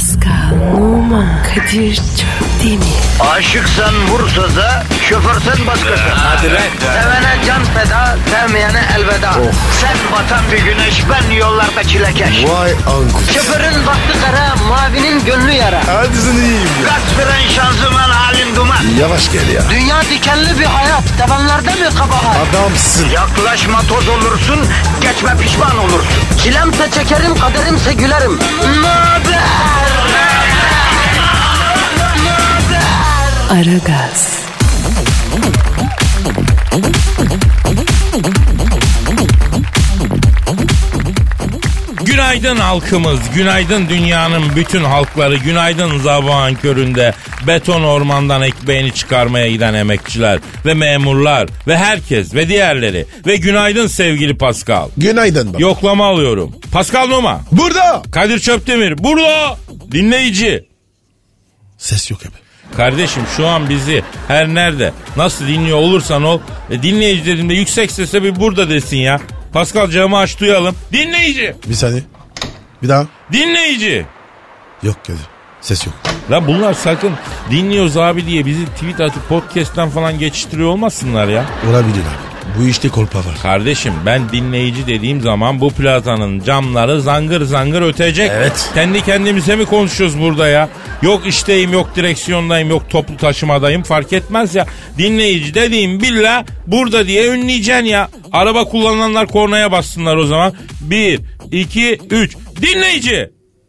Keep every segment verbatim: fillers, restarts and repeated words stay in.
Pascal, Oman, Kadir çok değil mi? Aşıksan vursa da, şoförsen başkasın. Hadi lan. Sevene can feda, sevmeyene elveda. Oh. Sen batan bir güneş, ben yollarda çilekeş. Vay anku. Şoförün baktı kara, mavinin gönlü yara. Hadi sen iyiyim ya. Kasperen şanzıman halin duman. Yavaş gel ya. Dünya dikenli bir hayat, sevenlerde mi kabahar? Adamsın. Yaklaşma toz olursun, geçme pişman olursun. Çilemse çekerim, kaderimse gülerim. Möber! Aragaz. Günaydın halkımız, günaydın dünyanın bütün halkları, günaydın sabahın köründe beton ormandan ekmeğini çıkarmaya giden emekçiler ve memurlar ve herkes ve diğerleri ve günaydın sevgili Pascal. Günaydın baba. Yoklama alıyorum. Pascal Numa. Burada. Kadir Çöptemir. Burada. Dinleyici. Ses yok abi. Kardeşim şu an bizi her nerede nasıl dinliyor olursan ol e, dinleyici dediğimde yüksek sesle bir burada desin ya. Pascal camı aç duyalım. Dinleyici. Bir saniye. Bir daha. Dinleyici. Yok Kadir. Ses yok. La bunlar sakın dinliyoruz abi diye bizi tweet atıp podcast'ten falan geçiştiriyor olmasınlar ya. Olabilir abi. Bu işte kolpa var. Kardeşim ben dinleyici dediğim zaman bu plazanın camları zangır zangır ötecek. Evet. Kendi kendimize mi konuşuyoruz burada ya? Yok işteyim, yok direksiyondayım, yok toplu taşımadayım, fark etmez ya. Dinleyici dediğim billah burada diye ünleyeceksin ya. Araba kullananlar kornaya bassınlar o zaman. Bir, iki, üç. Dinleyici.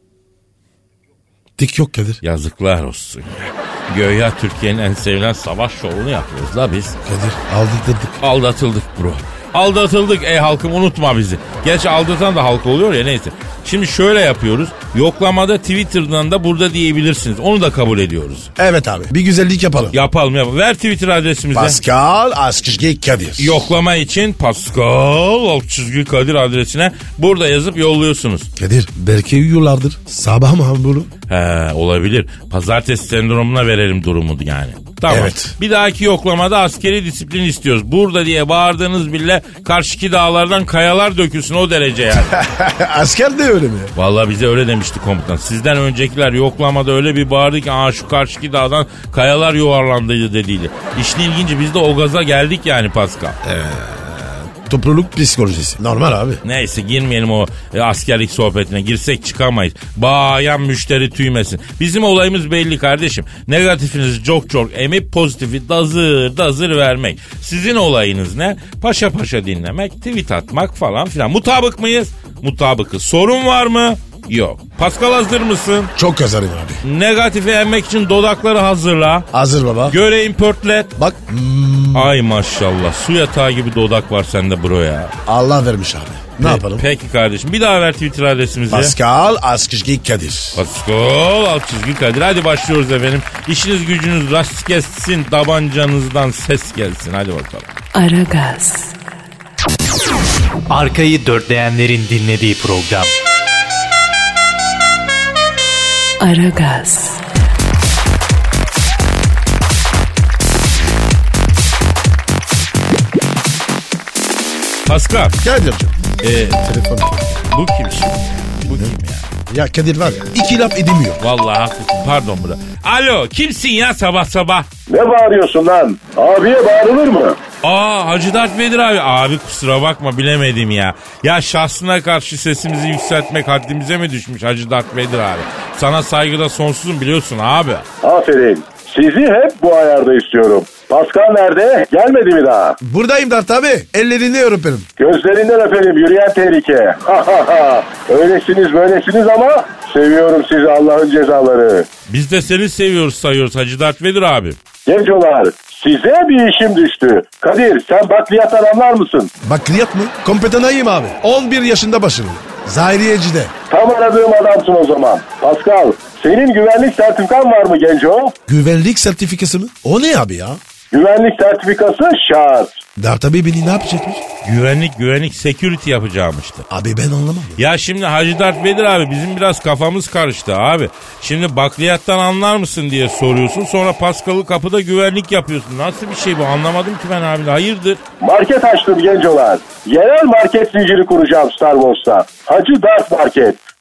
Tik yok Kadir. Yazıklar olsun ya. Göya Türkiye'nin en sevilen savaş şovunu yapıyoruz la biz. Kadir aldatıldık. Aldatıldık bro. Aldatıldık ey halkım, unutma bizi. Gerçi aldatan da halk oluyor ya, neyse. Şimdi şöyle yapıyoruz. Yoklamada Twitter'dan da burada diyebilirsiniz. Onu da kabul ediyoruz. Evet abi. Bir güzellik yapalım. Yapalım yapalım. Ver Twitter adresimizi. Pascal Askışgi Kadir. Yoklama için Pascal alt çizgi Kadir adresine burada yazıp yolluyorsunuz. Kadir belki uyuyorlardır. Sabah mı abi bunu? He olabilir. Pazartesi sendromuna verelim durumu yani. Tamam. Evet. Bir dahaki yoklamada askeri disiplin istiyoruz. Burada diye bağırdığınız bile karşıki dağlardan kayalar dökülsün, o derece yani. Asker de öyle mi? Vallahi bize öyle demişti komutan. Sizden öncekiler yoklamada öyle bir bağırdı ki aa şu karşıki dağdan kayalar yuvarlandı dediydi. İşin ilginci biz de o gaza geldik yani Pascal. Evet. Topluluk psikolojisi. Normal abi. Neyse girmeyelim o e, askerlik sohbetine. Girsek çıkamayız. Bayan müşteri tüymesin. Bizim olayımız belli kardeşim. Negatifinizi çok çok emip pozitifi dazır dazır vermek. Sizin olayınız ne? Paşa paşa dinlemek, tweet atmak falan filan. Mutabık mıyız? Mutabıkız. Sorun var mı? Yok. Pascal hazır mısın? Çok kazarım abi. Negatifi emmek için dodakları hazırla. Hazır baba. Göreyim pörtlet. Bak. Hmm, Ay maşallah. Su yatağı gibi dodak var sende bro ya. Allah vermiş abi. Ne Pe- yapalım? Peki kardeşim. Bir daha ver Twitter adresimizi. Pascal Askışgi Kadir. Pascal alt çizgi Kadir. Hadi başlıyoruz efendim. İşiniz gücünüz rast gelsin. Tabancanızdan ses gelsin. Hadi bakalım. Aragaz. Arkayı dörtleyenlerin dinlediği program. Aragaz. Pascal. Kadir'cim. E, Telefon. bu kim şimdi? Bu kim ya? Ya Kadir var ya iki laf edemiyor. Vallahi haklısın. Pardon bro. Alo kimsin ya sabah sabah? Ne bağırıyorsun lan? Abiye bağırılır mı? Aa Hacı Dert Vedir abi. Abi kusura bakma bilemedim ya. Ya şahsına karşı sesimizi yükseltmek haddimize mi düşmüş Hacı Dert Vedir abi? Sana saygıda sonsuzum biliyorsun abi. Aferin. Sizi hep bu ayarda istiyorum. Pascal nerede? Gelmedi mi daha? Buradayım Dert abi. Ellerini öperim. Gözlerinden öperim yürüyen tehlike. Öylesiniz böylesiniz ama seviyorum sizi Allah'ın cezaları. Biz de seni seviyoruz sayıyoruz Hacı Dert Vedir abi. Gencolar size bir işim düştü. Kadir sen bakliyattan anlar mısın? Bakliyat mı? Kompetanayım abi. on bir yaşında başladım. Zahiriyeci'de. Tam aradığım adamsın o zaman. Pascal senin güvenlik sertifikan var mı Genco? Güvenlik sertifikası mı? O ne abi ya? Güvenlik sertifikası şart. Dert abi beni ne yapacakmış? Güvenlik güvenlik security yapacağımıştı. Abi ben anlamam. Ya şimdi Hacı Dert Vedir abi bizim biraz kafamız karıştı abi. Şimdi bakliyattan anlar mısın diye soruyorsun. Sonra Pascal'ı kapıda güvenlik yapıyorsun. Nasıl bir şey bu anlamadım ki ben abi. Hayırdır? Market açtım Gencolar. Yerel market zinciri kuracağım Star Wars'ta. Hacı Dert Market.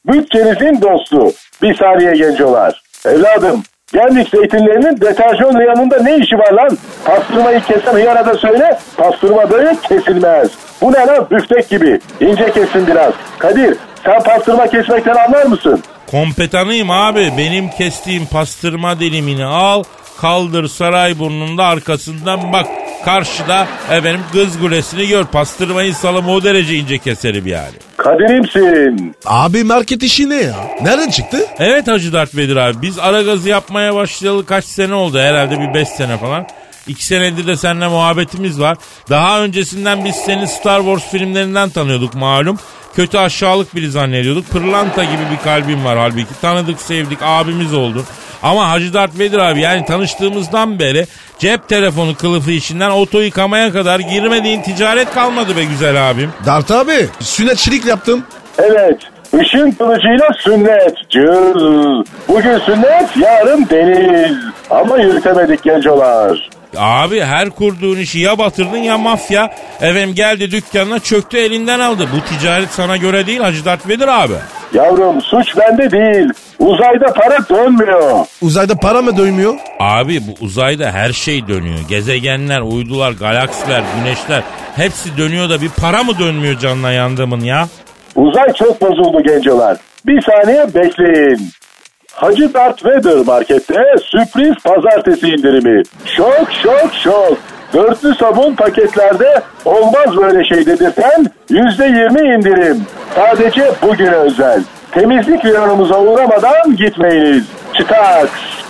bütçenizin dostu. Bir saniye gencolar. Evladım, Gendik zeytinlerinin deterjan yanında ne işi var lan? Pastırmayı kesen hıyara da söyle, pastırma böyle kesilmez. Bu ne lan, büftek gibi. İnce kesin biraz. Kadir, sen pastırma kesmekten anlar mısın? Kompetanıyım abi. Benim kestiğim pastırma dilimini al, kaldır Sarayburnu'nda arkasından bak. Karşıda efendim Kız Kulesi'ni gör. Pastırmayı salım o derece ince keserim yani. Kadir'imsin. Abi market işi ne ya? Nereden çıktı? Evet Hacı Dert Vedir abi. Biz ara gazı yapmaya başlayalı kaç sene oldu? Herhalde bir beş sene falan. İki senedir de seninle muhabbetimiz var. Daha öncesinden biz seni Star Wars filmlerinden tanıyorduk malum. Kötü aşağılık biri zannediyorduk. Pırlanta gibi bir kalbim var halbuki. Tanıdık, sevdik, abimiz oldun. Ama Hacı Dert Vedir abi, yani tanıştığımızdan beri cep telefonu kılıfı işinden oto yıkamaya kadar girmediğin ticaret kalmadı be güzel abim. Dert abi sünnetçilik yaptım. Evet, ışın kılıcıyla sünnet. Cız. Bugün sünnet, yarın deniz. Ama yürütemedik gencolar. Abi her kurduğun işi ya batırdın ya mafya. Efendim geldi dükkanına çöktü elinden aldı. Bu ticaret sana göre değil Hacı Dert Vedir abi. Yavrum suç bende değil. Uzayda para dönmüyor. Uzayda para mı dönmüyor? Abi bu uzayda her şey dönüyor. Gezegenler, uydular, galaksiler, güneşler hepsi dönüyor da bir para mı dönmüyor canına yandığımın ya? Uzay çok bozuldu gencolar. Bir saniye bekleyin. Hacı Dert Vedir markette sürpriz pazartesi indirimi. Şok şok şok. Dörtlü sabun paketlerde olmaz böyle şey dedirten yüzde yirmi indirim. Sadece bugün özel. Temizlik reyonumuza uğramadan gitmeyiniz. Çıtaks.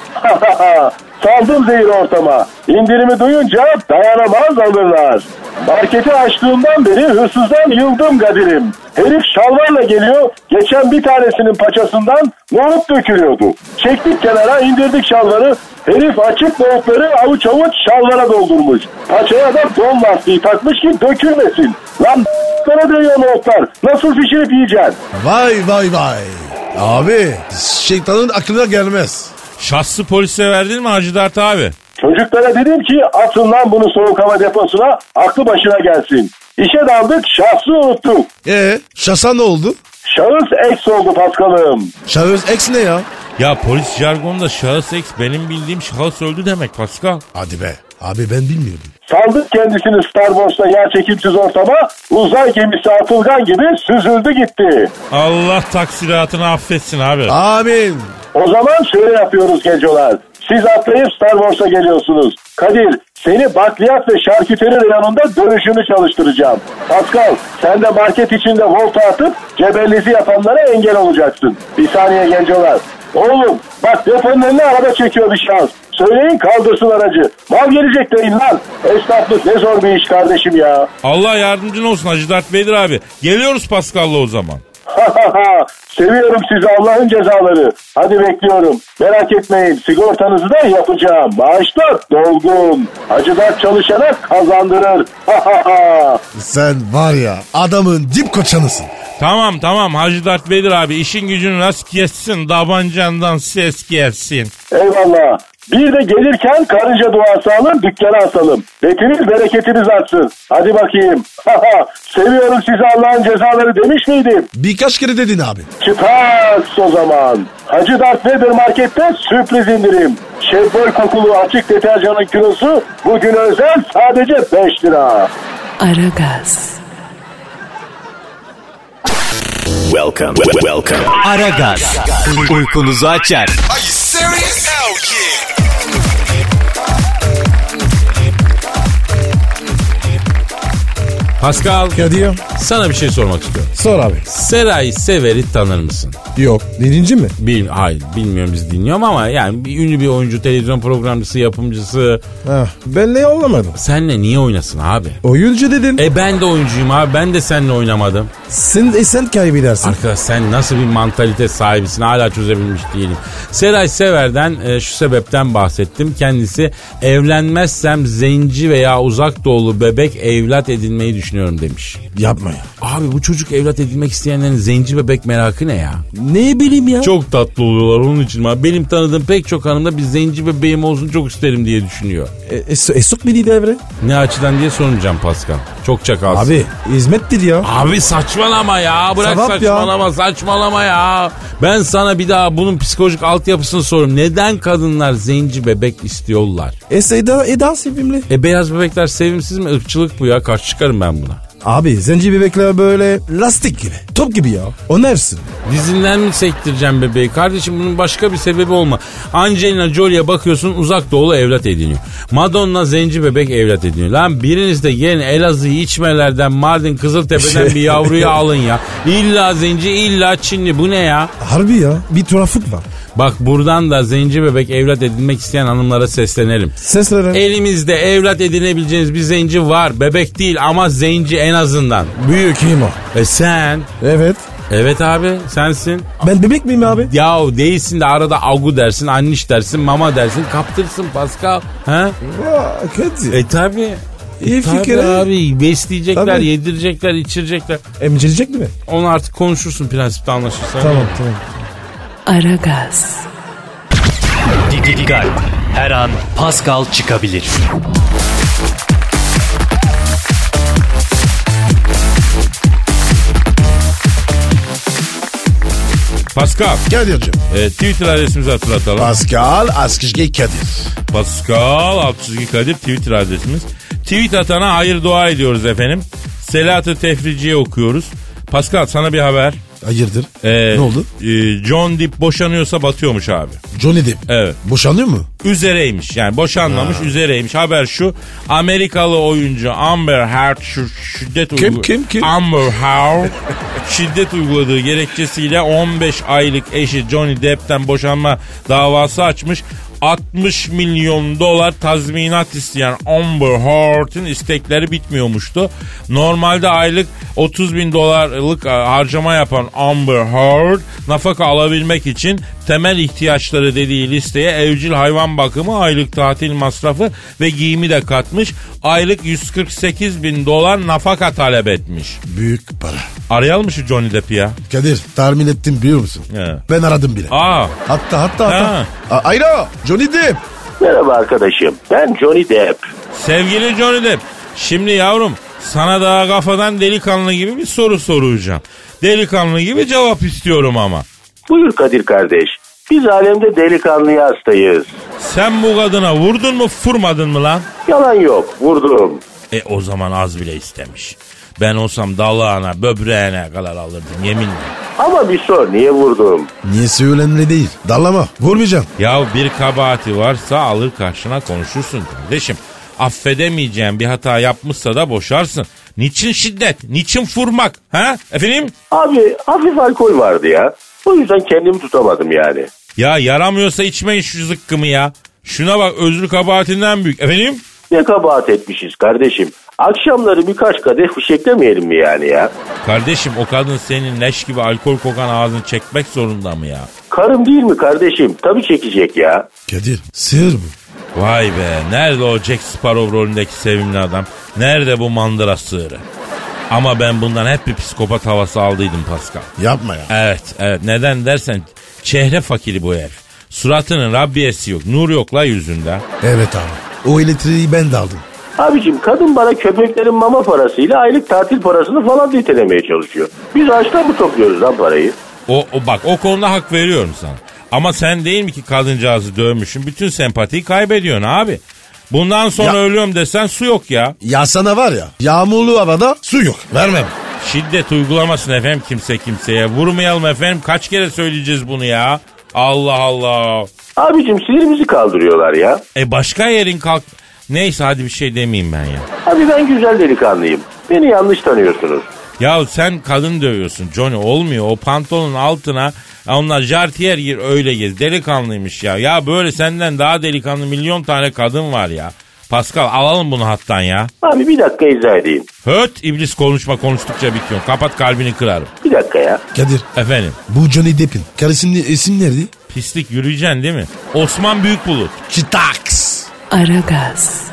Saldım zehir ortama. İndirimi duyunca dayanamaz alırlar. Marketi açtığımdan beri hırsızdan yıldım Kadir'im. Herif şalvarla geliyor. Geçen bir tanesinin paçasından nohut dökülüyordu. Çektik kenara, indirdik şalvarı. Herif açık nohutları avuç avuç şalvara doldurmuş. Paçaya da don lastiği takmış ki dökülmesin. Lan bana değiyor nohutlar. Nasıl pişirip yiyeceksin? Vay vay vay. Abi şeytanın aklına gelmez. Şahsı polise verdin mi Hacı Dert abi? Çocuklara dedim ki atın lan bunu soğuk hava deposuna, aklı başına gelsin. İşe daldık, şahsı unuttuk. Ee, şasa ne oldu? Şahıs eks oldu Paskal'ım. Şahıs X ne ya? Ya polis jargonda şahıs eks benim bildiğim şahıs öldü demek Pascal. Hadi be. Abi ben bilmiyordum. Saldık kendisini Star Wars'ta yer çekimsiz ortama, uzay gemisi Atılgan gibi süzüldü gitti. Allah taksiratını affetsin abi. Amin. O zaman şöyle yapıyoruz gencolar. Siz atlayıp Star Wars'a geliyorsunuz. Kadir, seni bakliyat ve şarküteri reyonunda dönüşünü çalıştıracağım. Pascal, sen de market içinde volta atıp cebellezi yapanlara engel olacaksın. Bir saniye gencolar. Oğlum bak deponun önüne araba çekiyor bir şans. Söyleyin kaldırsın aracı. Mal gelecek deyin lan. Esnaflık ne zor bir iş kardeşim ya. Allah yardımcın olsun Hacı Dert Vedir abi. Geliyoruz Pascal'la o zaman. Seviyorum sizi Allah'ın cezaları. Hadi bekliyorum. Merak etmeyin, sigortanızı da yapacağım. Maaşlar dolgun. Hacı Dert çalışana kazandırır. Sen var ya adamın dip koçanısın. Tamam tamam Hacı Dert Vedir abi, işin gücün rast kessin, tabancandan ses gelsin. Eyvallah. Bir de gelirken karınca duası alın, dükkana asalım. Betiniz bereketiniz artsın. Hadi bakayım. Seviyorum sizi Allah'ın cezaları demiş miydim? Birkaç kere dedin abi. Çıtaks o zaman. Hacı Dert Vedir markette sürpriz indirim. Şevbol kokulu açık deterjanın kilosu bugün özel sadece beş lira. Aragaz. Welcome. Welcome. Aragaz. Uykunuzu açar. Are you serious? Hell yeah. Pascal, Kadir. sana bir şey sormak istiyorum. Sor abi. Seray Sever'i tanır mısın? Yok. Birinci mi? Bil, hayır bilmiyorum, biz dinliyorum ama yani bir ünlü bir oyuncu, televizyon programcısı, yapımcısı. Ah, ben ne yollamadım? Senle niye oynasın abi? Oyuncu dedin. E ben de oyuncuyum abi, ben de seninle oynamadım. Sen, e, sen kaybedersin. Arkadaş sen nasıl bir mantalite sahibisin, hala çözebilmiş değilim. Seray Sever'den e, şu sebepten bahsettim. Kendisi evlenmezsem zenci veya uzak doğulu bebek evlat edinmeyi düşünüyorum demiş. Yapma ya. Abi bu çocuk evlat edinmek isteyenlerin zenci bebek merakı ne ya? Ne bileyim ya. Çok tatlı oluyorlar onun için. Benim tanıdığım pek çok hanım da bir zenci bebeğim olsun çok isterim diye düşünüyor. E, e, e sok mu dedi evre? Ne açıdan diye sormayacağım Pascal. Çok çakalsın. Abi hizmettir ya. Abi saçmalama ya. Bırak Sevap saçmalama ya. saçmalama ya. Ben sana bir daha bunun psikolojik altyapısını soruyorum. Neden kadınlar zenci bebek istiyorlar? E Eda, Eda sevimli. E beyaz bebekler sevimsiz mi? Irkçılık bu ya. Karşı çıkarım ben buna. Abi zenci bebekler böyle lastik gibi. Top gibi ya. Onarsın. Dizinden mi sektireceğim bebeği? Kardeşim bunun başka bir sebebi olma. Angelina Jolie'ye bakıyorsun uzak doğulu evlat ediniyor. Madonna zenci bebek evlat ediniyor. Lan biriniz de gelin Elazığ'ı içmelerden Mardin Kızıltepe'den bir yavruyu alın ya. İlla zenci illa Çinli bu ne ya? Harbi ya bir tuhaflık var. Bak buradan da zenci bebek evlat edinmek isteyen hanımlara seslenelim. Seslenelim. Elimizde evlat edinebileceğiniz bir zenci var. Bebek değil ama zenci en azından. Büyük. Kim o? E sen? Evet. Evet abi sensin. Ben bebek miyim abi? Yahu değilsin de arada agu dersin, anniş dersin, mama dersin, kaptırsın Pascal. Ha? Kötü. E tabi. İyi E, fikir. tabii abi besleyecekler, Tabii. yedirecekler, içirecekler. Emcirecek mi? Onu artık konuşursun prensipte anlaşırsan. Tamam tamam. Aragaz, Dikkat. Her an Pascal çıkabilir. Pascal, Kadir'cim. e, Twitter adresimizi hatırlatalım. Pascal Askışge Kadir. Pascal Altçizgi Kadir Twitter adresimiz. Tweet atana hayır dua ediyoruz efendim. Selat-ı Tefriciye okuyoruz. Pascal sana bir haber. Hayırdır? Ee, Ne oldu? E, John Depp boşanıyorsa batıyormuş abi. Johnny Depp. Evet. Boşanıyor mu? Üzereymiş yani boşanmamış ha. üzereymiş. Haber şu, Amerikalı oyuncu Amber Heard şu şiddet Kim, uyguladı. kim, kim? Amber Heard şiddet uyguladığı gerekçesiyle on beş aylık eşi Johnny Depp'ten boşanma davası açmış. altmış milyon dolar tazminat isteyen Amber Heard'ın istekleri bitmiyormuştu. Normalde aylık otuz bin dolarlık harcama yapan Amber Heard nafaka alabilmek için temel ihtiyaçları dediği listeye evcil hayvan bakımı, aylık tatil masrafı ve giyimi de katmış. Aylık yüz kırk sekiz bin dolar nafaka talep etmiş. Büyük para. Arayalım mı şu Johnny Depp'i ya? Kadir tahmin ettim biliyor musun? He. Ben aradım bile. Aa. Hatta hatta Ha. hatta. A- Alo Johnny Depp. Merhaba arkadaşım, ben Johnny Depp. Sevgili Johnny Depp, şimdi yavrum sana daha kafadan delikanlı gibi bir soru soracağım. Delikanlı gibi cevap istiyorum ama. Buyur Kadir kardeş, biz alemde delikanlıya hastayız. Sen bu kadına vurdun mu vurmadın mı lan? Yalan yok, vurdum. E o zaman az bile istemiş. Ben olsam dalağına, böbreğine kadar alırdım yeminle. Ama bir sor, niye vurdum? Niyesi önemli değil. Dallama. Vurmayacağım. Ya bir kabahati varsa alır karşına konuşursun kardeşim. Affedemeyeceğin bir hata yapmışsa da boşarsın. Niçin şiddet? Niçin vurmak? Ha? Efendim? Abi hafif alkol vardı ya. O yüzden kendimi tutamadım yani. Ya yaramıyorsa içmeyin şu zıkkımı ya. Şuna bak, özrü kabahatinden büyük. Efendim? Ne kabahat etmişiz kardeşim. Akşamları birkaç kadeh fişeklemeyelim mi yani ya? Kardeşim o kadın senin leş gibi alkol kokan ağzını çekmek zorunda mı ya? Karım değil mi kardeşim? Tabii çekecek ya. Kadir sığır bu. Vay be, nerede o Jack Sparrow rolündeki sevimli adam? Nerede bu mandıra sığırı? Ama ben bundan hep bir psikopat havası aldıydım Pascal. Yapma ya. Evet, evet. Neden dersen çehre fakiri bu herif. Suratının rabbiyesi yok, nur yok la yüzünde. Evet abi. O elektriği ben de aldım. Abicim kadın bana köpeklerin mama parasıyla aylık tatil parasını falan ditelemeye çalışıyor. Biz ağaçtan mı topluyoruz lan parayı? O, o bak o konuda hak veriyorum sana. Ama sen değil mi ki kadıncağızı dövmüşsün, bütün sempatiyi kaybediyorsun abi. Bundan sonra ya, ölüyorum desen su yok ya. Ya sana var ya, yağmurlu havada su yok. Vermem. Şiddet uygulamasın efendim kimse kimseye. Vurmayalım efendim, kaç kere söyleyeceğiz bunu ya. Allah Allah. Abicim sinirimizi kaldırıyorlar ya. E başka yerin kalk... Neyse hadi bir şey demeyeyim ben ya. Abi ben güzel delikanlıyım. Beni yanlış tanıyorsunuz. Ya sen kadın dövüyorsun Johnny, olmuyor. O pantolonun altına onlar jartiyer gir öyle gez. Delikanlıymış ya. Ya böyle senden daha delikanlı milyon tane kadın var ya. Pascal alalım bunu hattan ya. Abi bir dakika izah edeyim. Höt iblis, konuşma konuştukça bitiyor. Kapat, kalbini kırarım. Bir dakika ya. Kadir. Efendim. Bu Johnny Depp'in karısının isim nerede? Pislik, yürüyeceksin değil mi? Osman Büyükbulut. Kitaks. Aragaz,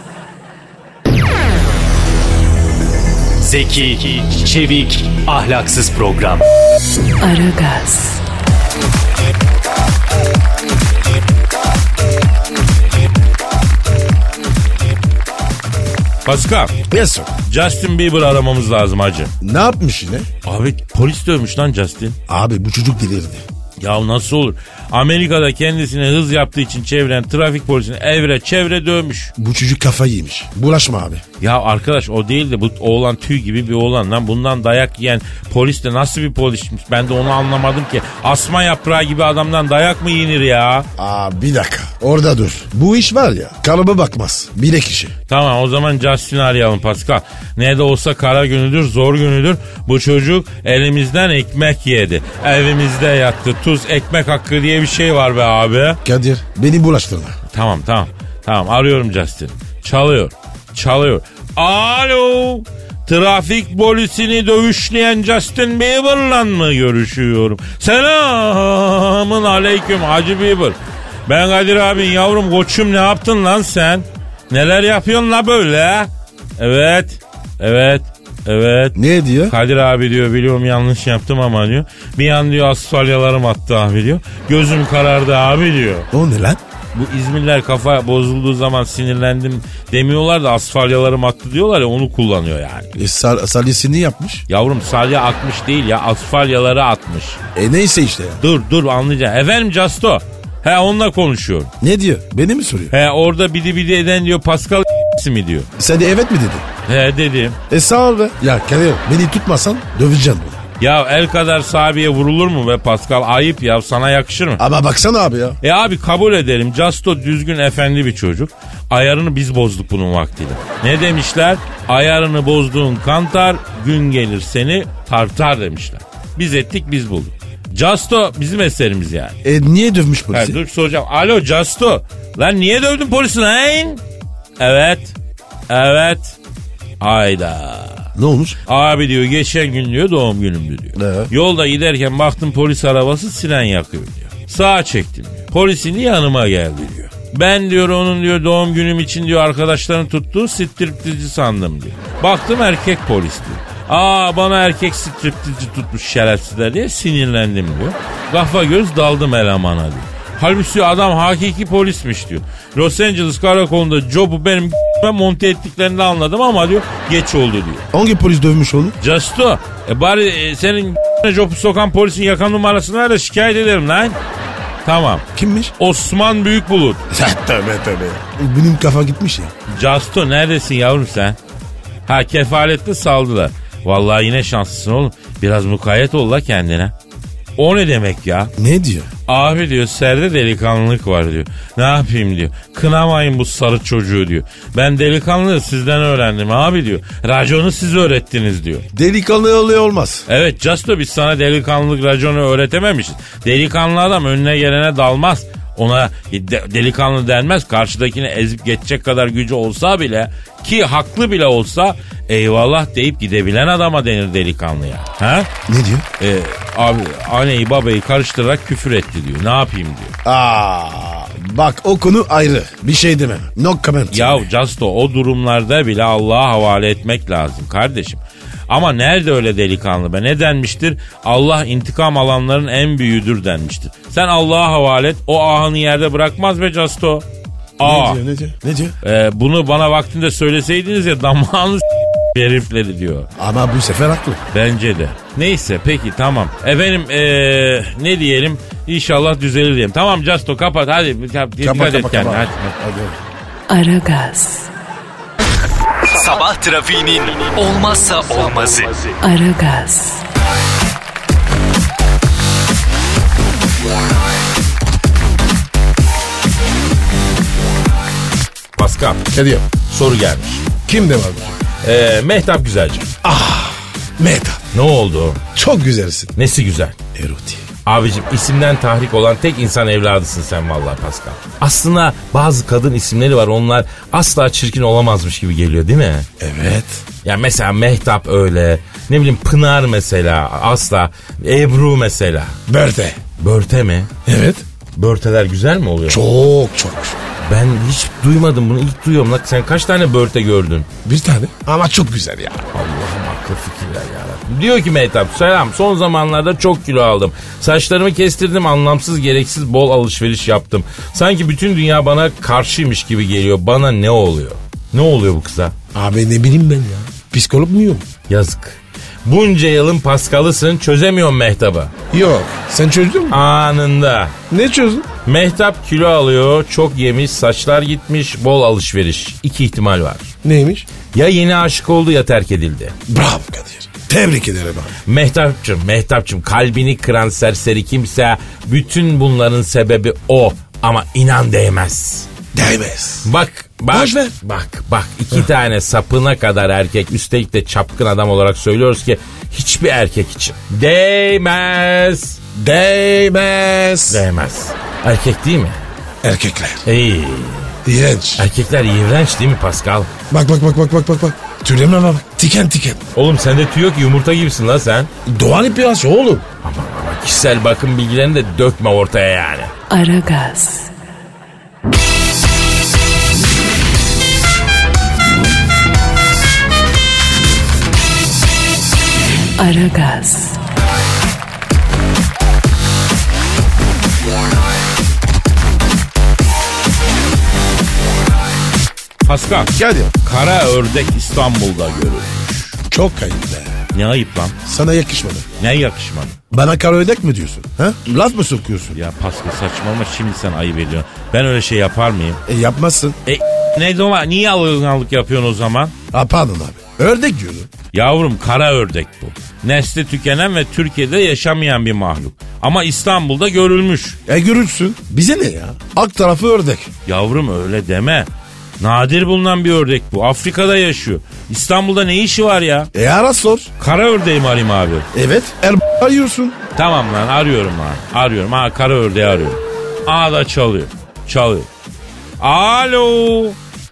Zeki, çevik, ahlaksız program. Aragaz, Pascal, Yes sir. Justin Bieber aramamız lazım hacı. Ne yapmış yine? Abi polis dövmüş lan Justin. Abi bu çocuk delirdi. Ya nasıl olur? Amerika'da kendisine hız yaptığı için çeviren trafik polisini evre çevre dövmüş. Bu çocuk kafayı yemiş. Bulaşma abi. Ya arkadaş o değil de bu oğlan tüy gibi bir oğlan lan. Bundan dayak yiyen polis de nasıl bir polismiş? Ben de onu anlamadım ki. Asma yaprağı gibi adamdan dayak mı yenir ya? Aa bir dakika. Orada dur. Bu iş var ya kalıba bakmaz. Bilek işi. Tamam o zaman Justin'i arayalım Pascal. Ne de olsa kara günüdür, zor günüdür. Bu çocuk elimizden ekmek yedi. Evimizde yattı. Tuz ekmek hakkı diye bir şey var be abi. Kadir beni bulaştırma. Tamam tamam. Tamam arıyorum Justin. Çalıyor. Çalıyor. Alo. Trafik polisini dövüşleyen Justin Bieber'la mı görüşüyorum? Selamın aleyküm Hacı Bieber. Ben Kadir abin yavrum koçum, ne yaptın lan sen? Neler yapıyorsun la böyle? Evet. Evet. Evet. Ne diyor? Kadir abi diyor biliyorum yanlış yaptım ama diyor. Bir an diyor asfalyalarım attı abi diyor. Gözüm karardı abi diyor. O ne lan? Bu İzmirliler kafa bozulduğu zaman sinirlendim demiyorlar da asfalyalarım attı diyorlar ya, onu kullanıyor yani. E, sal- salyesini yapmış. Yavrum salya akmış değil ya, asfalyaları atmış. E neyse işte ya. Dur dur anlayacaksın. Efendim Casto. He onunla konuşuyor. Ne diyor? Beni mi soruyor? He orada bidi bidi eden diyor Pascal mi diyor. Sen de evet mi dedin? He dedim. E sağ ol be. Ya Kadir beni tutmasan döveceğim bunu. Ya el kadar sahabeye vurulur mu be Pascal? Ayıp ya, sana yakışır mı? Ama baksana abi ya. E abi kabul edelim. Casto düzgün efendi bir çocuk. Ayarını biz bozduk bunun vaktiyle. Ne demişler? Ayarını bozduğun kantar, gün gelir seni tartar demişler. Biz ettik biz bulduk. Casto bizim eserimiz yani. E niye dövmüş polisi? Ha, dur soracağım. Alo Casto. Lan niye dövdün polisi lan? Evet. Evet. Hayda. Ne olmuş? Abi diyor geçen gün diyor doğum günümdü diyor. Ne? Yolda giderken baktım polis arabası siren yakıyor diyor. Sağa çektim diyor. Polisin yanıma geldi diyor. Ben diyor onun diyor doğum günüm için diyor arkadaşların tuttuğu striptizci sandım diyor. Baktım erkek polis diyor. Aa bana erkek striptizci tutmuş şerefsizler diye sinirlendim diyor. Kafa göz daldım elemana diyor. Halbuki adam hakiki polismiş diyor. Los Angeles karakolunda jobu benim monte ettiklerini anladım ama diyor geç oldu diyor. Hangi polis dövmüş onu? Justo. E bari e, senin jobu sokan polisin yakan numarasını ver de şikayet ederim lan. Tamam. Kimmiş? Osman Büyükbulut. Tövbe tövbe. Benim kafa gitmiş ya. Justo neredesin yavrum sen? Ha kefaletli saldılar. Vallahi yine şanslısın oğlum. Biraz mukayyet ol la kendine. O ne demek ya? Ne diyor? Abi diyor serde delikanlılık var diyor. Ne yapayım diyor. Kınamayın bu sarı çocuğu diyor. Ben delikanlılığı sizden öğrendim abi diyor. Raconu siz öğrettiniz diyor. Delikanlı oluyor olmaz. Evet Justo biz sana delikanlılık raconu öğretememişiz. Delikanlı adam önüne gelene dalmaz. Ona de- delikanlı denmez. Karşıdakini ezip geçecek kadar gücü olsa bile, ki haklı bile olsa eyvallah deyip gidebilen adama denir delikanlı ya. Ha? Ne diyor? Ee, abi anneyi babayı karıştırarak küfür etti diyor. Ne yapayım diyor. Aa, bak o konu ayrı. Bir şey demem. No comment. Ya Justo o durumlarda bile Allah'a havale etmek lazım kardeşim. Ama nerede öyle delikanlı be? Ne denmiştir? Allah intikam alanların en büyüğüdür denmiştir. Sen Allah'a havale et, o ahını yerde bırakmaz be Justo. Aa, Ne diyor ne diyor? Ne diyor? e, bunu bana vaktinde söyleseydiniz ya damağınız herifleri diyor. Ama bu sefer haklı. Bence de. Neyse peki tamam. Efendim ee, ne diyelim? İnşallah düzelir diyelim. Tamam Justo kapat hadi. Dikkat Kapa et kapa kendine. kapa. Hadi. Hadi. Aragaz, Sabah trafiğinin olmazsa olmazı. Aragaz, Pascal Kadir. soru gelmiş. Kim de var bu? Ee, Mehtap Güzelci. Meta. Ne oldu? Çok güzelsin. Nesi güzel? Erotik. Abicim isimden tahrik olan tek insan evladısın sen vallahi Pascal. Aslında bazı kadın isimleri var, onlar asla çirkin olamazmış gibi geliyor değil mi? Evet. Ya mesela Mehtap öyle. Ne bileyim Pınar mesela asla. Ebru mesela. Börte. Börte mi? Evet. Börteler güzel mi oluyor? Çok çok. Ben hiç duymadım bunu, ilk duyuyorum. Lan sen kaç tane börte gördün? Bir tane. Ama çok güzel ya. Allah'ım akıl fikirler yarabbim. Diyor ki Mehtap selam, son zamanlarda çok kilo aldım. Saçlarımı kestirdim, anlamsız gereksiz bol alışveriş yaptım. Sanki bütün dünya bana karşıymış gibi geliyor. Bana ne oluyor? Ne oluyor bu kıza? Abi ne bileyim ben ya. Psikolog muyum? Yazık. Bunca yılın Paskal'ısın, çözemiyorsun Mehtap'ı. Yok. Sen çözdün mü? Anında. Ne çözdün? Mehtap kilo alıyor, çok yemiş, saçlar gitmiş, bol alışveriş. İki ihtimal var. Neymiş? Ya yeni aşık oldu ya terk edildi. Bravo Kadir. Tebrik ederim abi. Mehtapçım, Mehtapçım, kalbini kıran serseri kimse, bütün bunların sebebi o. Ama inan değmez. Değmez. Bak, bak, Boş ver. bak, bak. iki tane sapına kadar erkek, üstelik de çapkın adam olarak söylüyoruz ki hiçbir erkek için değmez. Değmez. Değmez. Erkek değil mi? Erkekler. İyi. İğrenç. Erkekler iğrenç değil mi Pascal? Bak bak bak bak bak bak bak. Tüylerime bak. Tiken tiken. Oğlum sende tüy yok ki, yumurta gibisin lan sen. Doğal ipiyası oğlum. Ama, ama kişisel bakım bilgilerini de dökme ortaya yani. Aragaz. Aragaz. Pascal, Geldi. kara ördek İstanbul'da görülmüş. Çok kayıp be. Ne ayıp lan? Sana yakışmadı. Ne yakışmadı? Bana kara ödek mi diyorsun? Ha? Laf mı sokuyorsun? Ya Pascal saçmalama, şimdi sen ayıp ediyorsun. Ben öyle şey yapar mıyım? E yapmazsın. E neydi o? Niye alınganlık yapıyorsun o zaman? Ha, pardon abi. Ördek diyordun. Yavrum, kara ördek bu. Nesli tükenen ve Türkiye'de yaşamayan bir mahluk. Ama İstanbul'da görülmüş. E görürsün. Bize ne ya? Ak tarafı ördek. Yavrum öyle deme. Nadir bulunan bir ördek bu. Afrika'da yaşıyor. İstanbul'da ne işi var ya? E ara sor. Kara ördeği mi arayayım abi? Evet. Er arıyorsun. Tamam lan, arıyorum lan. Arıyorum. Ha, kara ördeği arıyorum. Aa da çalıyor. Çalıyor. Alo.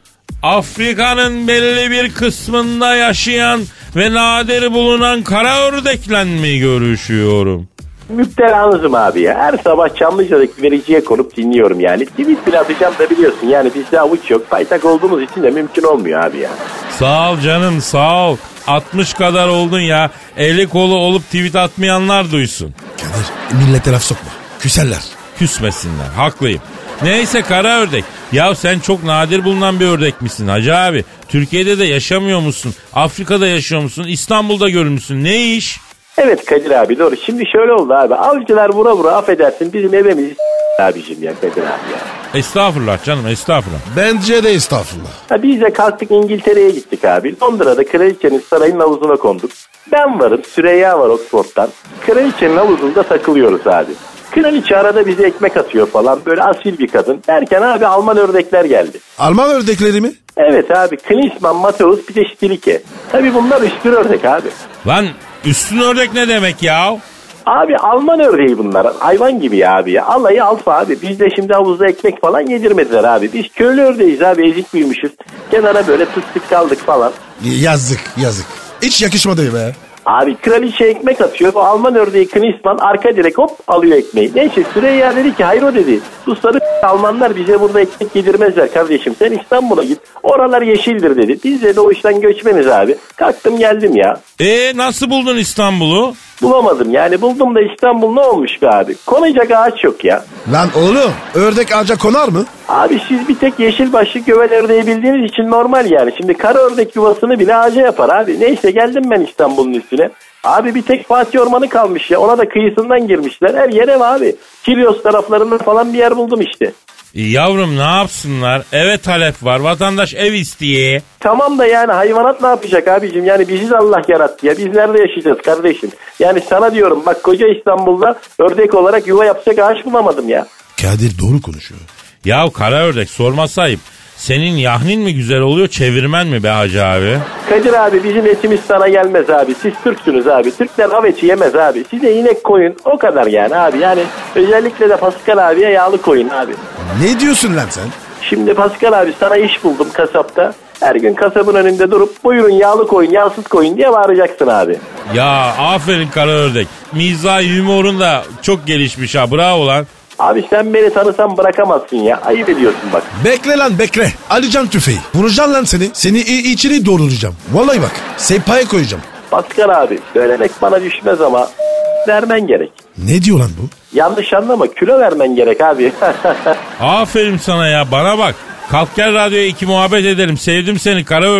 Afrika'nın belli bir kısmında yaşayan ve nadir bulunan kara ördekle mi görüşüyorum? Müptelanızım abi ya. Her sabah Çamlıca'daki vericiye konup dinliyorum yani. Tweet bile atacağım da biliyorsun yani bizde avuç yok. Paytak olduğumuz için de mümkün olmuyor abi ya. Sağ ol canım, sağ ol. altmış kadar oldun ya. Eli kolu olup tweet atmayanlar duysun. Kadir millete laf sokma. Küserler. Küsmesinler, haklıyım. Neyse kara ördek. Ya sen çok nadir bulunan bir ördek misin hacı abi? Türkiye'de de yaşamıyor musun? Afrika'da yaşıyor musun? İstanbul'da görülmüşsün. Ne iş? Evet Kadir abi doğru. Şimdi şöyle oldu abi. Avcılar vura vura affedersin bizim evimizi abicim ya Kadir abi ya. Estağfurullah canım, estağfurullah. Bence de estağfurullah. Ha, biz de kalktık İngiltere'ye gittik abi. Londra'da kraliçenin sarayının havuzuna konduk. Ben varım, Süreyya var Oxford'dan. Kraliçenin havuzunda takılıyoruz abi. Kraliçe arada bize ekmek atıyor falan. Böyle asil bir kadın. Derken abi Alman ördekler geldi. Alman ördekleri mi? Evet abi. Klinsmann, Mateus bir de Stilike. Tabii bunlar üstün ördek abi. Lan üstün ördek ne demek ya? Abi Alman ördeği bunlar. Hayvan gibi ya abi ya. Alayı alfa abi. Biz de şimdi havuzda ekmek falan yedirmediler abi. Biz köylü ördeğiz abi. Ezik büyümüşüz. Kenara böyle tıstık kaldık falan. Yazık yazık. Hiç yakışmadı be. Abi kraliçe ekmek atıyor. Bu Alman ördeği Klinsmann arka direk hop alıyor ekmeği. Neyse Süreyya dedi ki hayır o dedi. Bu sarı Almanlar bize burada ekmek yedirmezler kardeşim. Sen İstanbul'a git. Oralar yeşildir dedi. Biz de doğuştan göçmeniz abi. Kalktım geldim ya. E nasıl buldun İstanbul'u? Bulamadım yani buldum da İstanbul ne olmuş be abi? Konacak ağaç yok ya. Lan oğlum ördek ağaca konar mı? Abi siz bir tek yeşil başlı gövel ördeği bildiğiniz için normal yani. Şimdi kara ördek yuvasını bile ağaca yapar abi. Neyse geldim ben İstanbul'un üstüne. Abi bir tek Fatih Ormanı kalmış ya. Ona da kıyısından girmişler. Her yere var abi. Kilyos taraflarında falan bir yer buldum işte. E, yavrum ne yapsınlar? Eve talep var. Vatandaş ev isteye. Tamam da yani hayvanat ne yapacak abicim? Yani biziz Allah yarattı ya. Biz nerede yaşayacağız kardeşim? Yani sana diyorum bak koca İstanbul'da ördek olarak yuva yapacak ağaç bulamadım ya. Kadir doğru konuşuyor. Ya kara ördek sorma sahip. Senin yahnin mi güzel oluyor, çevirmen mi be hacı abi? Kadir abi bizim etimiz sana gelmez abi. Siz Türksünüz abi. Türkler av eti yemez abi. Size inek koyun o kadar yani abi. Yani özellikle de Pascal abiye yağlı koyun abi. Ne diyorsun lan sen? Şimdi Pascal abi sana iş buldum kasapta. Her gün kasabın önünde durup buyurun yağlı koyun, yağsız koyun diye bağıracaksın abi. Ya aferin kara ördek. Mizah yumorun da çok gelişmiş ha, bravo lan. Abi sen beni tanısan bırakamazsın ya. Ayıp ediyorsun bak. Bekle lan bekle. Alacağım tüfeği. Vuracağım lan seni. Seni i- içini doğrulacağım. Vallahi bak. Sehpaya koyacağım. Pascal abi söylemek bana düşmez ama vermen gerek. Ne diyor lan bu? Yanlış anlama kilo vermen gerek abi. Aferin sana ya, bana bak. Kalk gel radyoya iki muhabbet edelim. Sevdim seni kara ördek.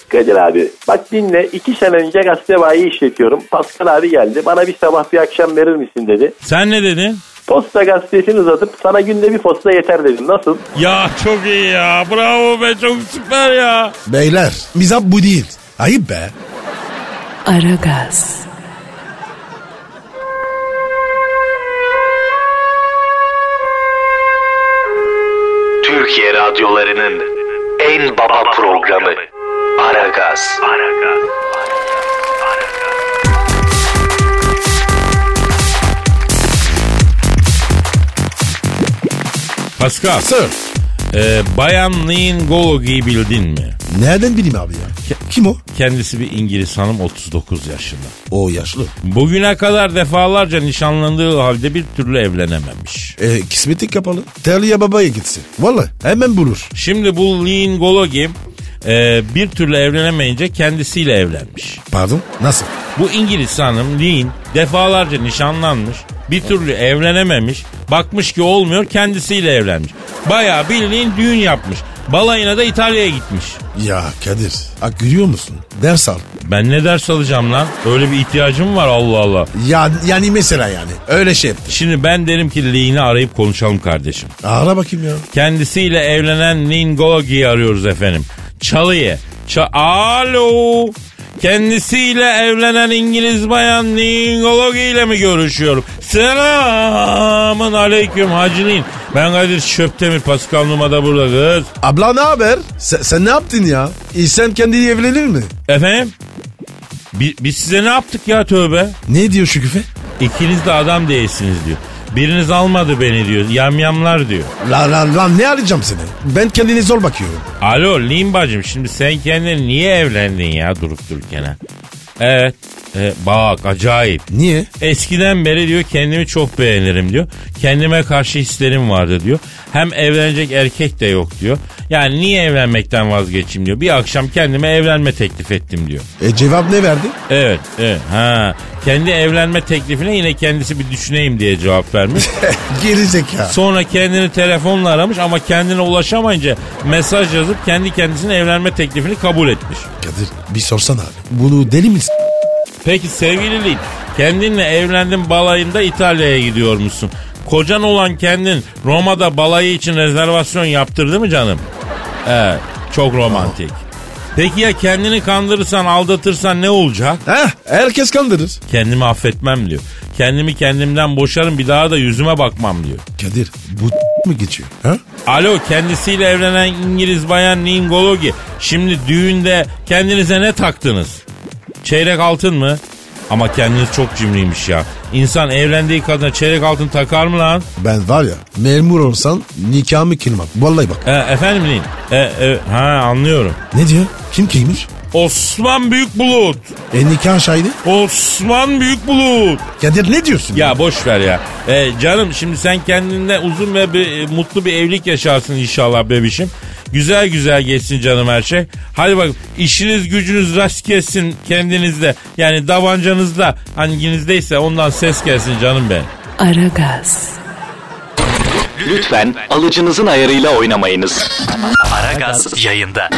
Kadir abi bak dinle, iki sene önce gazete bayi işletiyorum. Pascal abi geldi, bana bir sabah bir akşam verir misin dedi. Sen ne dedin? Posta gazetesini uzatıp sana günde bir posta yeter dedim. Nasıl? Ya çok iyi ya, bravo be, çok süper ya. Beyler mizah bu değil. Ayıp be. Aragaz. Türkiye radyolarının en baba programı Aragaz. Aragaz. Pascal. Sir. E, Bayan Lynn Gologi'yi bildin mi? Nereden bileyim abi ya? Kim o? Kendisi bir İngiliz hanım, otuz dokuz yaşında. O yaşlı. Bugüne kadar defalarca nişanlandığı halde bir türlü evlenememiş. E, kısmeti kapalı. Terliye babaya gitsin. Vallahi hemen bulur. Şimdi bu Lynn Gologi e, bir türlü evlenemeyince kendisiyle evlenmiş. Pardon, nasıl? Bu İngiliz hanım Lynn defalarca nişanlanmış, bir türlü evlenememiş, bakmış ki olmuyor, kendisiyle evlenmiş. Bayağı bildiğin düğün yapmış. Balayına da İtalya'ya gitmiş. Ya Kadir, bak görüyor musun? Ders al. Ben ne ders alacağım lan? Öyle bir ihtiyacım var, Allah Allah. Ya, yani mesela yani öyle şey yaptı. Şimdi ben derim ki Lynn'i arayıp konuşalım kardeşim. Ara bakayım ya. Kendisiyle evlenen Lynn Gologi'yi arıyoruz efendim. Çalıya. Ça- Alo. Kendisiyle evlenen İngiliz bayan Lynn Gologi ile mi görüşüyorum? Selamın aleyküm Hacı Lynn. Ben Kadir Şöptemir, Pascal Numa da burada kız. Abla ne haber? Sen, sen ne yaptın ya? İnsan kendiyle evlenir mi? Efendim? Bi- biz size ne yaptık ya, tövbe? Ne diyor şu küfe? İkiniz de adam değilsiniz diyor. Biriniz almadı beni diyor. Yamyamlar diyor. Lan lan lan ne arayacağım seni? Ben kendine zor bakıyorum. Alo Lynn bacım, şimdi sen kendin niye evlendin ya durup dururken ha? Evet. E, bak acayip. Niye? Eskiden beri diyor kendimi çok beğenirim diyor. Kendime karşı hislerim vardı diyor. Hem evlenecek erkek de yok diyor. Yani niye evlenmekten vazgeçeyim diyor. Bir akşam kendime evlenme teklif ettim diyor. E cevap ne verdi? Evet, evet. Ha. Kendi evlenme teklifine yine kendisi bir düşüneyim diye cevap vermiş. Gerizekalı. Sonra kendini telefonla aramış ama kendine ulaşamayınca mesaj yazıp kendi kendisine evlenme teklifini kabul etmiş. Kadir bir sorsana abi. Bunu deli misin? Peki sevgili Lynn, kendinle evlendim balayında İtalya'ya gidiyormuşsun. Kocan olan kendin Roma'da balayı için rezervasyon yaptırdı mı canım? Evet, çok romantik. Peki ya kendini kandırırsan, aldatırsan ne olacak? Heh, herkes kandırır. Kendimi affetmem diyor. Kendimi kendimden boşarım, bir daha da yüzüme bakmam diyor. Kadir bu mı geçiyor? Ha? Alo, kendisiyle evlenen İngiliz bayan Lynn Gologi. Şimdi düğünde kendinize ne taktınız? Çeyrek altın mı? Ama kendiniz çok cimriymiş ya. İnsan evlendiği kadına çeyrek altın takar mı lan? Ben var ya memur olsan nikahımı kılmam. Vallahi bak. E, efendim Lynn? E, e, ha anlıyorum. Ne diyor? Kim kıymış? Osman Büyükbulut. E nikah şahidi? Osman Büyükbulut. Kadir ne diyorsun? Ya boş ver ya. E, canım şimdi sen kendinde uzun ve bir, e, mutlu bir evlilik yaşarsın inşallah bebişim. Güzel güzel geçsin canım her şey. Hadi bak, işiniz gücünüz rast gelsin kendinizde. Yani davancanızda hanginizdeyse ondan ses gelsin canım benim. Aragaz. Lütfen alıcınızın ayarıyla oynamayınız. Aragaz yayında.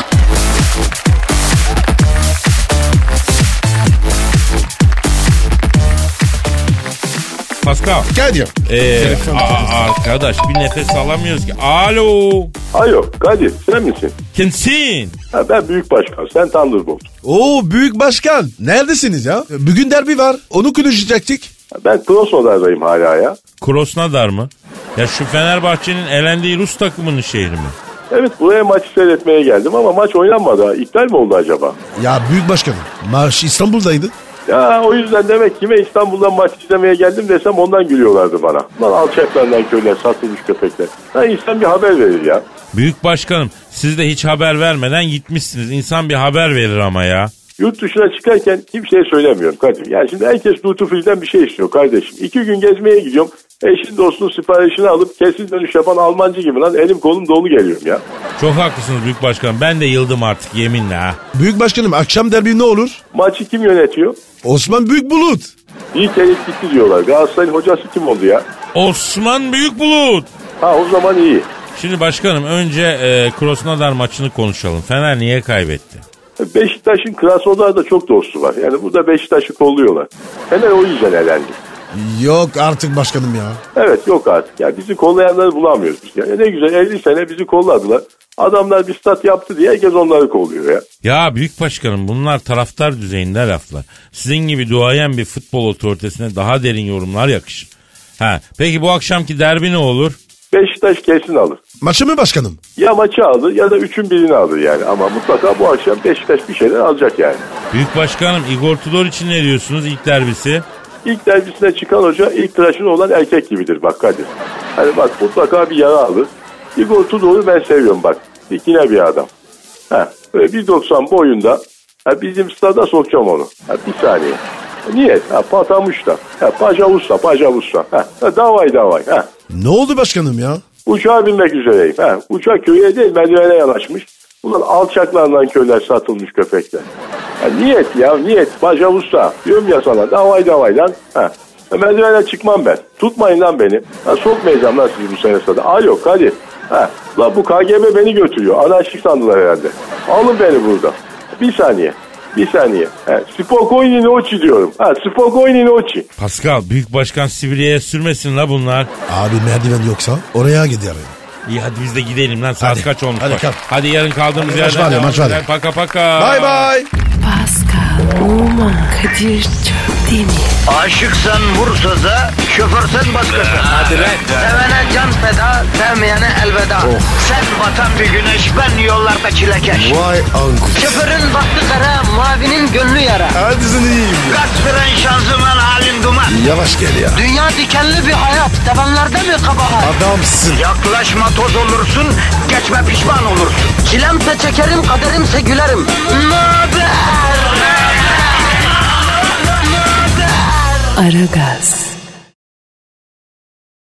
Pascal. Kadir. Ee, a- arkadaş bir nefes alamıyoruz ki. Alo. Alo Kadir, sen misin? Kimsin? Ha, ben Büyük Başkan, sen Thunderbolt. Oo büyük başkan. Neredesiniz ya? Bugün derbi var. Onu konuşacaktık. Ben Krosnodar'dayım hala ya. Krosnodar mı? Ya şu Fenerbahçe'nin elendiği Rus takımının şehri mi? Evet, buraya maçı seyretmeye geldim ama maç oynanmadı. İptal mi oldu acaba? Ya büyük başkanım. Maç İstanbul'daydı. Ya o yüzden demek kime İstanbul'dan maç izlemeye geldim desem ondan gülüyorlardı bana. Lan alçaklardan köyler, satılmış köpekler. Ha, insan bir haber verir ya. Büyük başkanım, siz de hiç haber vermeden gitmişsiniz. İnsan bir haber verir ama ya. Yurt dışına çıkarken kimseye söylemiyorum Kadir. Yani şimdi herkes duty free'den bir şey istiyor kardeşim. İki gün gezmeye gidiyorum. Eşin dostun siparişini alıp kesin dönüş yapan Almancı gibi lan elim kolum dolu geliyorum ya. Çok haklısınız büyük başkanım. Ben de yıldım artık yeminle ha. Büyük başkanım akşam derbi ne olur? Maçı kim yönetiyor? Osman Büyükbulut. İyi tenis gitti diyorlar. Galatasaray'ın hocası kim oldu ya? Osman Büyükbulut. Ha o zaman iyi. Şimdi başkanım önce e, Krosnodar maçını konuşalım. Fener niye kaybetti? Beşiktaş'ın Krasnodar'da çok dostu var. Yani burada Beşiktaş'ı kolluyorlar. Fener o yüzden elendi. Yok artık başkanım ya. Evet yok artık. Yani bizi kollayanları bulamıyoruz biz. Yani ne güzel elli sene bizi kolladılar. Adamlar bir stat yaptı diye herkes onları kolluyor ya. Ya büyük başkanım bunlar taraftar düzeyinde laflar. Sizin gibi duayen bir futbol otoritesine daha derin yorumlar yakışır. Ha, peki bu akşamki derbi ne olur? Beşiktaş kesin alır. Maçı mı başkanım? Ya maçı alır ya da üçün birini alır yani. Ama mutlaka bu akşam Beşiktaş bir şeyler alacak yani. Büyük başkanım Igor Tudor için ne diyorsunuz ilk derbisi? İlk derbisine çıkan hoca ilk tıraşını olan erkek gibidir bak Kadir. Hani bak mutlaka bir yara alır. Igor Tudor'u ben seviyorum bak. Dikine bir adam. Ha, böyle bir doksan boyunda. Ha, bizim stada sokacağım onu. Ha, bir saniye. Niye? Ha, patamışta. Ha, pajavusta, pajavusta. Ha, ha, davay davay. Ha. Ne oldu başkanım ya? Uçağa binmek üzereyim. Ha, uçak köye değil merdivene yanaşmış. Bunlar alçaklarından köyler satılmış köpekler. Ha, niyet ya niyet. Pajavusta. Diyorum ya sana davay davay lan. Ha. Merdivene çıkmam ben. Tutmayın lan beni. Ha, sokmayacağım lan sizi bu sene stada. Alo Kadir. Ha, la bu K G B beni götürüyor. Anarşik sandılar herhalde. Alın beni burada. Bir saniye. Bir saniye. Ha, Spokojni noći diyorum. Ha, Spokojni noći. Pascal büyük başkan Sibirya'ya sürmesin la bunlar. Abi merdiven yoksa oraya giderim. İyi hadi biz de gidelim lan saat Hadi. kaç olmuş Hadi bak. kalk. Hadi yarın kaldığımız Hadi, maç yerden var ya, devam maç var ya. edelim. Paka paka. Bye bye. Pascal, Oman, Kadir çok değil mi? Aşıksan vursa da, şoförsen başkasın. Hadi lan. Sevene can feda, sevmeyene elveda. Sen batan bir güneş, ben yollarda çilekeş. Vay anku. Şoförün baktı kara, mavinin gönlü yara. Hadi sen iyiyim ya. Kasperen şanzıman halin duman. Yavaş gel ya. Dünya dikenli bir hayat, sevenlerde mi kabahar? Adamsın. Yaklaşma toz olursun, geçme pişman olursun. Çilemse çekerim, kaderimse gülerim. Möber! Aragaz.